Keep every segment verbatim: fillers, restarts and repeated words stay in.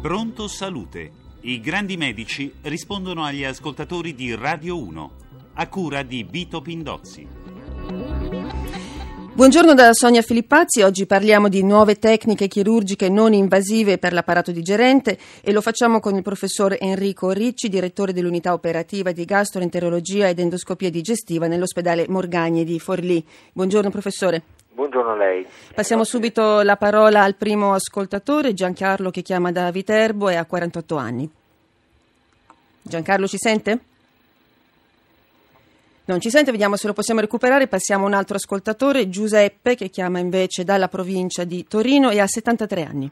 Pronto Salute. I grandi medici rispondono agli ascoltatori di Radio uno, a cura di Vito Pindozzi. Buongiorno da Sonia Filippazzi. Oggi parliamo di nuove tecniche chirurgiche non invasive per l'apparato digerente e lo facciamo con il professor Enrico Ricci, direttore dell'unità operativa di gastroenterologia ed endoscopia digestiva nell'ospedale Morgagni di Forlì. Buongiorno professore. Buongiorno a lei. Passiamo subito la parola al primo ascoltatore, Giancarlo, che chiama da Viterbo e ha quarantotto anni. Giancarlo, ci sente? Non ci sente, vediamo se lo possiamo recuperare. Passiamo a un altro ascoltatore, Giuseppe, che chiama invece dalla provincia di Torino e ha settantatré anni.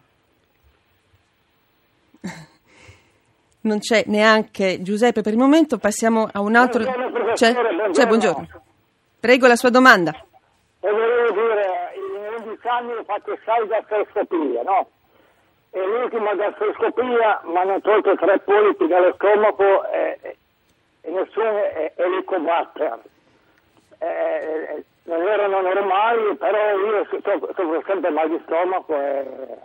Non c'è neanche Giuseppe per il momento, passiamo a un altro. Buongiorno, c'è? buongiorno. C'è, buongiorno. Prego, la sua domanda. E volevo dire, in undici anni ho fatto sei gastroscopie, no? E l'ultima gastroscopia mi hanno tolto tre polipi dallo stomaco e, e nessuno è Helicobacter. Eh, non erano normali, però io soffro sempre mal di stomaco e...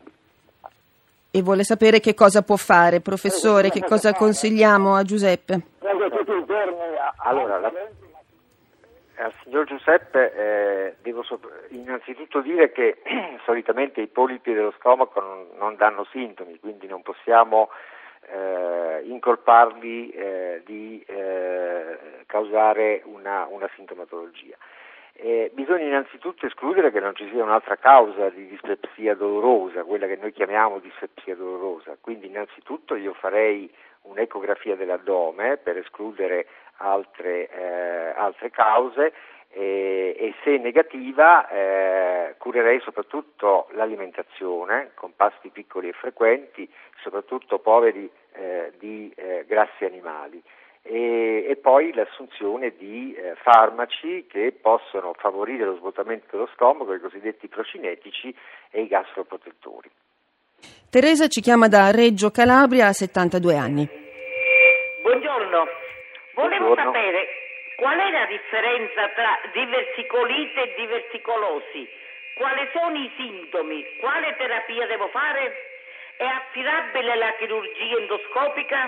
E vuole sapere che cosa può fare, professore, che cosa consigliamo a Giuseppe? Tutti i giorni. Allora, la... al signor Giuseppe eh, devo so- innanzitutto dire che solitamente i polipi dello stomaco non, non danno sintomi, quindi non possiamo eh, incolparli eh, di eh, causare una, una sintomatologia. Eh, bisogna innanzitutto escludere che non ci sia un'altra causa di dispepsia dolorosa, quella che noi chiamiamo dispepsia dolorosa, quindi innanzitutto io farei un'ecografia dell'addome per escludere altre, eh, altre cause e, e se negativa eh, curerei soprattutto l'alimentazione con pasti piccoli e frequenti, soprattutto poveri eh, di eh, grassi animali. E, e poi l'assunzione di eh, farmaci che possono favorire lo svuotamento dello stomaco, i cosiddetti procinetici e i gastroprotettori. Teresa ci chiama da Reggio Calabria, ha settantadue anni. Buongiorno, volevo Buongiorno. sapere qual è la differenza tra diverticolite e diverticolosi, quali sono i sintomi, quale terapia devo fare, è affidabile la chirurgia endoscopica?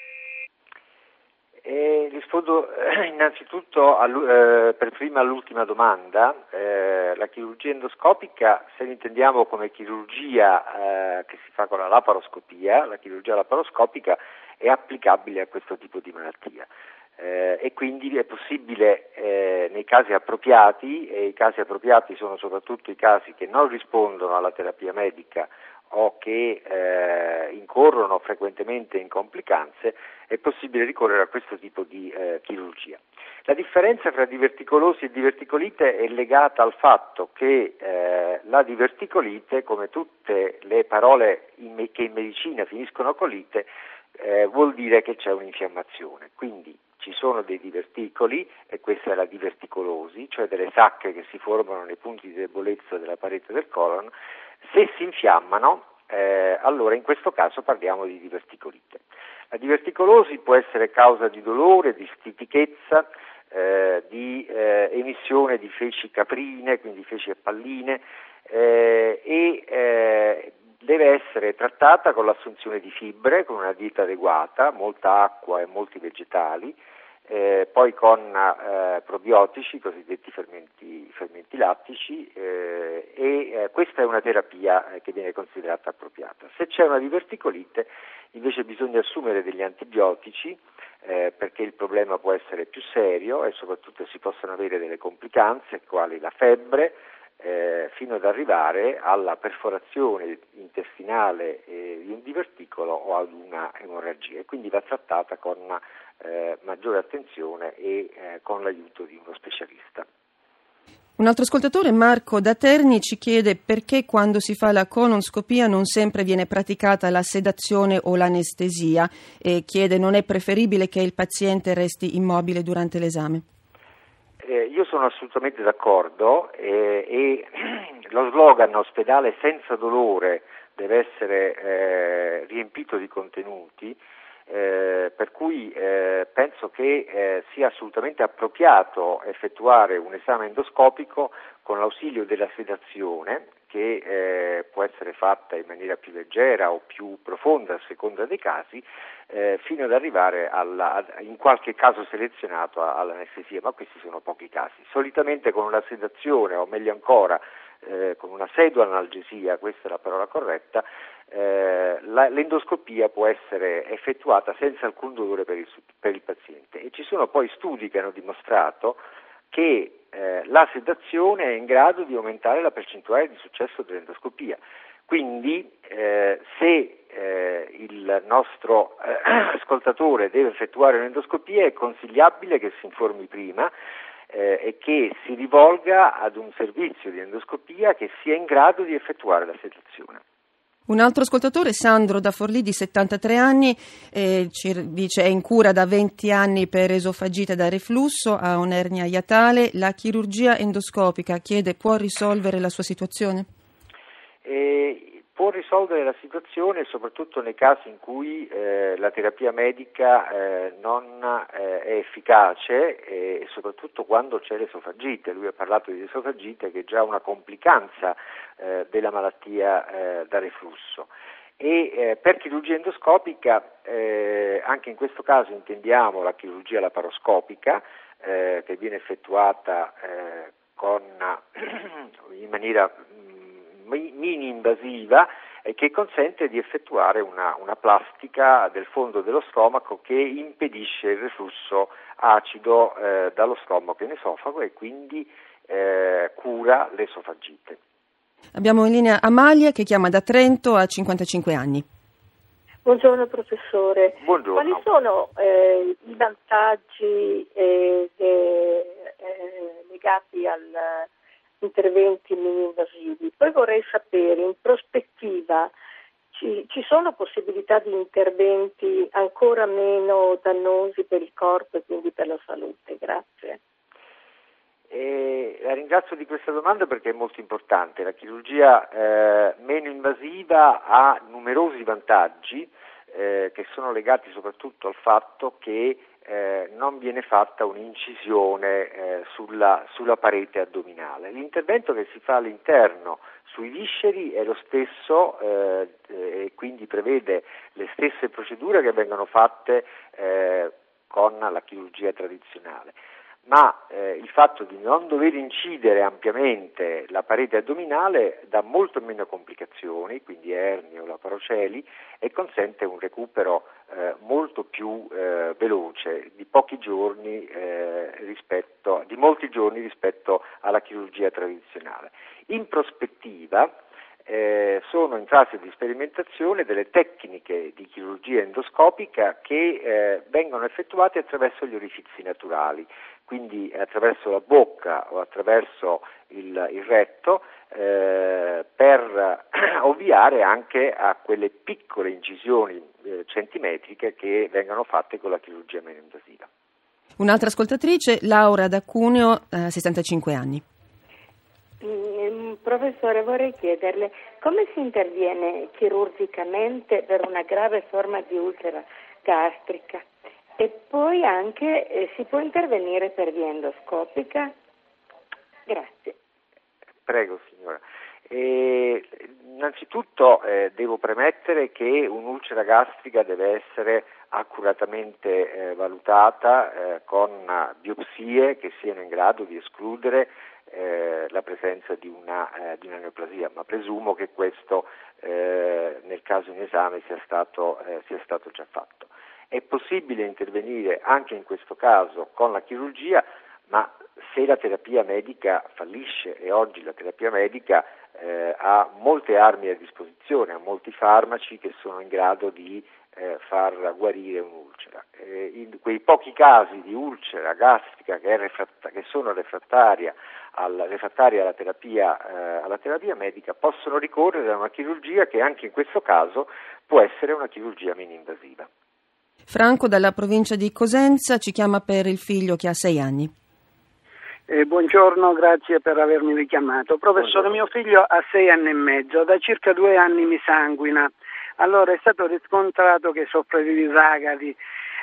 Eh, rispondo eh, innanzitutto all, eh, per prima all'ultima domanda. Eh, la chirurgia endoscopica, se l'intendiamo come chirurgia eh, che si fa con la laparoscopia, la chirurgia laparoscopica è applicabile a questo tipo di malattia eh, e quindi è possibile eh, nei casi appropriati, e i casi appropriati sono soprattutto i casi che non rispondono alla terapia medica o che eh, incorrono frequentemente in complicanze, è possibile ricorrere a questo tipo di eh, chirurgia. La differenza tra diverticolosi e diverticolite è legata al fatto che eh, la diverticolite, come tutte le parole in me- che in medicina finiscono con lite, eh, vuol dire che c'è un'infiammazione, quindi ci sono dei diverticoli e questa è la diverticolosi, cioè delle sacche che si formano nei punti di debolezza della parete del colon. Se si infiammano, eh, allora in questo caso parliamo di diverticolite. La diverticolosi può essere causa di dolore, di stitichezza, eh, di eh, emissione di feci caprine, quindi feci e palline, eh, e eh, deve essere trattata con l'assunzione di fibre, con una dieta adeguata, molta acqua e molti vegetali, Eh, poi con eh, probiotici, cosiddetti fermenti, fermenti lattici, eh, e eh, questa è una terapia eh, che viene considerata appropriata. Se c'è una diverticolite invece bisogna assumere degli antibiotici eh, perché il problema può essere più serio e soprattutto si possono avere delle complicanze quali la febbre, eh, fino ad arrivare alla perforazione intestinale eh, di un diverticolo o ad una emorragia, e quindi va trattata con una eh, maggiore attenzione e eh, con l'aiuto di uno specialista. Un altro ascoltatore, Marco da Terni, ci chiede perché quando si fa la colonscopia non sempre viene praticata la sedazione o l'anestesia e chiede: non è preferibile che il paziente resti immobile durante l'esame? Eh, io sono assolutamente d'accordo eh, e lo slogan ospedale senza dolore deve essere eh, riempito di contenuti, eh, per cui eh, penso che eh, sia assolutamente appropriato effettuare un esame endoscopico con l'ausilio della sedazione, che eh, può essere fatta in maniera più leggera o più profonda a seconda dei casi, eh, fino ad arrivare alla, in qualche caso selezionato all'anestesia, ma questi sono pochi casi. Solitamente con una sedazione, o meglio ancora eh, con una pseudoanalgesia, questa è la parola corretta, eh, la, l'endoscopia può essere effettuata senza alcun dolore per il, per il paziente, e ci sono poi studi che hanno dimostrato che eh, la sedazione è in grado di aumentare la percentuale di successo dell'endoscopia. Quindi eh, se eh, il nostro eh, ascoltatore deve effettuare un'endoscopia, è consigliabile che si informi prima eh, e che si rivolga ad un servizio di endoscopia che sia in grado di effettuare la sedazione. Un altro ascoltatore, Sandro da Forlì, di settantatré anni, eh, ci dice è in cura da venti anni per esofagite da reflusso, ha un'ernia iatale, la chirurgia endoscopica, chiede, può risolvere la sua situazione? E può risolvere la situazione soprattutto nei casi in cui eh, la terapia medica eh, non eh, è efficace, e soprattutto quando c'è l'esofagite. Lui ha parlato di esofagite, che è già una complicanza eh, della malattia eh, da reflusso. E eh, per chirurgia endoscopica eh, anche in questo caso intendiamo la chirurgia laparoscopica eh, che viene effettuata eh, con in maniera mini invasiva e che consente di effettuare una, una plastica del fondo dello stomaco che impedisce il reflusso acido eh, dallo stomaco in esofago e quindi eh, cura l'esofagite. Abbiamo in linea Amalia che chiama da Trento, ha cinquantacinque anni. Buongiorno professore. Buongiorno. Quali sono eh, i vantaggi eh, eh, legati al interventi mini-invasivi? Poi vorrei sapere, in prospettiva, ci, ci sono possibilità di interventi ancora meno dannosi per il corpo e quindi per la salute? Grazie. Eh, la ringrazio di questa domanda perché è molto importante. La chirurgia eh, meno invasiva ha numerosi vantaggi eh, che sono legati soprattutto al fatto che Eh, non viene fatta un'incisione eh, sulla, sulla parete addominale. L'intervento che si fa all'interno sui visceri è lo stesso eh, e quindi prevede le stesse procedure che vengono fatte eh, con la chirurgia tradizionale. Ma eh, il fatto di non dover incidere ampiamente la parete addominale dà molto meno complicazioni, quindi ernie o laparoceli, e consente un recupero eh, molto più eh, veloce, di pochi giorni eh, rispetto, di molti giorni rispetto alla chirurgia tradizionale. In prospettiva Eh, sono in fase di sperimentazione delle tecniche di chirurgia endoscopica che eh, vengono effettuate attraverso gli orifizi naturali, quindi attraverso la bocca o attraverso il, il retto, eh, per ovviare anche a quelle piccole incisioni eh, centimetriche che vengono fatte con la chirurgia meno invasiva. Un'altra ascoltatrice, Laura da Cuneo, eh, sessantacinque anni. Professore, vorrei chiederle come si interviene chirurgicamente per una grave forma di ulcera gastrica e poi anche eh, si può intervenire per via endoscopica? Grazie. Prego signora. E, innanzitutto eh, devo premettere che un'ulcera gastrica deve essere accuratamente eh, valutata eh, con biopsie che siano in grado di escludere Eh, la presenza di una, eh, di una neoplasia, ma presumo che questo eh, nel caso in esame sia stato, eh, sia stato già fatto. È possibile intervenire anche in questo caso con la chirurgia, ma se la terapia medica fallisce, e oggi la terapia medica eh, ha molte armi a disposizione, ha molti farmaci che sono in grado di eh, far guarire un'ulcera. Eh, in quei pochi casi di ulcera gastrica che, è refratt- che sono refrattaria alla, refrattaria alla terapia, eh, alla terapia medica, possono ricorrere a una chirurgia che anche in questo caso può essere una chirurgia mini-invasiva. Franco dalla provincia di Cosenza ci chiama per il figlio che ha sei anni. Eh, buongiorno, grazie per avermi richiamato. Professore, buongiorno. Mio figlio ha sei anni e mezzo, da circa due anni mi sanguina. Allora è stato riscontrato che soffre di disagati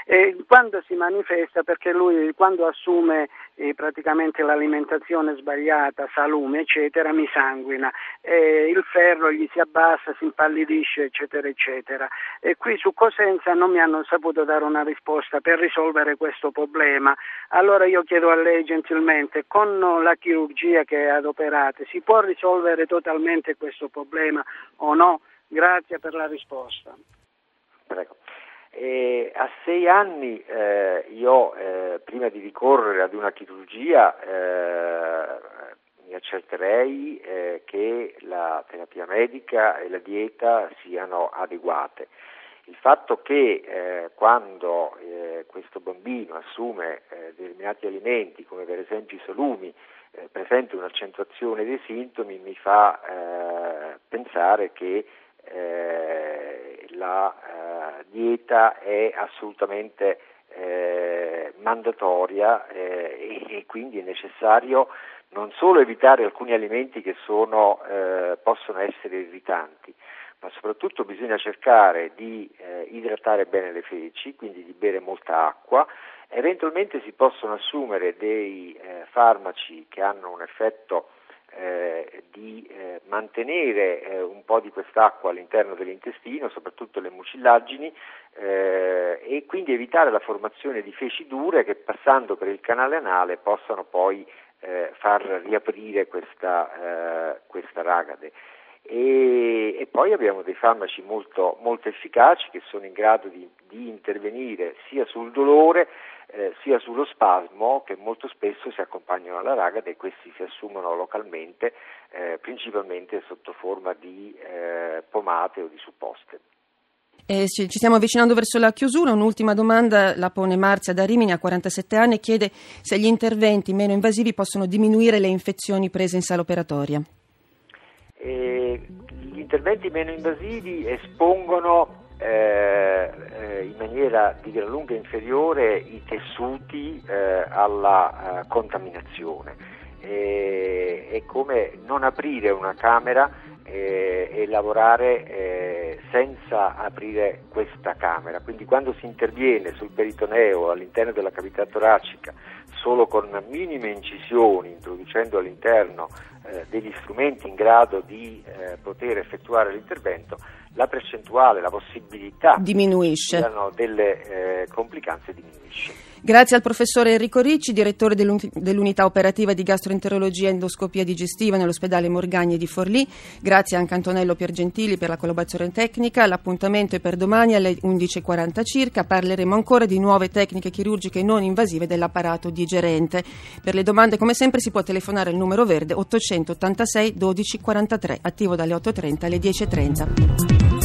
E quando si manifesta, perché lui quando assume eh, praticamente l'alimentazione sbagliata, salume eccetera, mi sanguina, eh, il ferro gli si abbassa, si impallidisce eccetera eccetera, e qui su Cosenza non mi hanno saputo dare una risposta per risolvere questo problema. Allora io chiedo a lei gentilmente, con la chirurgia che adoperate si può risolvere totalmente questo problema o no? Grazie per la risposta. Prego. E a sei anni eh, io eh, prima di ricorrere ad una chirurgia eh, mi accerterei eh, che la terapia medica e la dieta siano adeguate. Il fatto che eh, quando eh, questo bambino assume eh, determinati alimenti, come per esempio i salumi, eh, presenta un'accentuazione dei sintomi, mi fa eh, pensare che eh, la eh, dieta è assolutamente eh, mandatoria eh, e, e quindi è necessario non solo evitare alcuni alimenti che sono, eh, possono essere irritanti, ma soprattutto bisogna cercare di eh, idratare bene le feci, quindi di bere molta acqua. Eventualmente si possono assumere dei eh, farmaci che hanno un effetto eh, di eh, mantenere eh, un po' di quest'acqua all'interno dell'intestino, soprattutto le mucillagini, eh, e quindi evitare la formazione di feci dure che passando per il canale anale possano poi eh, far riaprire questa, eh, questa ragade. E, e poi abbiamo dei farmaci molto, molto efficaci che sono in grado di, di intervenire sia sul dolore eh, sia sullo spasmo, che molto spesso si accompagnano alla ragade, e questi si assumono localmente eh, principalmente sotto forma di eh, pomate o di supposte. Eh, ci stiamo avvicinando verso la chiusura. Un'ultima domanda la pone Marzia da Rimini, ha quarantasette anni, e chiede se gli interventi meno invasivi possono diminuire le infezioni prese in sala operatoria. E gli interventi meno invasivi espongono eh, eh, in maniera di gran lunga inferiore i tessuti eh, alla eh, contaminazione. E, è come non aprire una camera eh, e lavorare eh, senza aprire questa camera. Quindi quando si interviene sul peritoneo all'interno della cavità toracica solo con minime incisioni, introducendo all'interno eh, degli strumenti in grado di eh, poter effettuare l'intervento, la percentuale, la possibilità diminuisce, delle eh, complicanze diminuisce. Grazie al professore Enrico Ricci, direttore dell'unità operativa di gastroenterologia e endoscopia digestiva nell'ospedale Morgagni di Forlì. Grazie anche a Antonello Piergentili per la collaborazione tecnica. L'appuntamento è per domani alle undici e quaranta circa. Parleremo ancora di nuove tecniche chirurgiche non invasive dell'apparato digerente. Per le domande, come sempre, si può telefonare al numero verde ottocentottantasei dodici quarantatré, attivo dalle otto e trenta alle dieci e trenta.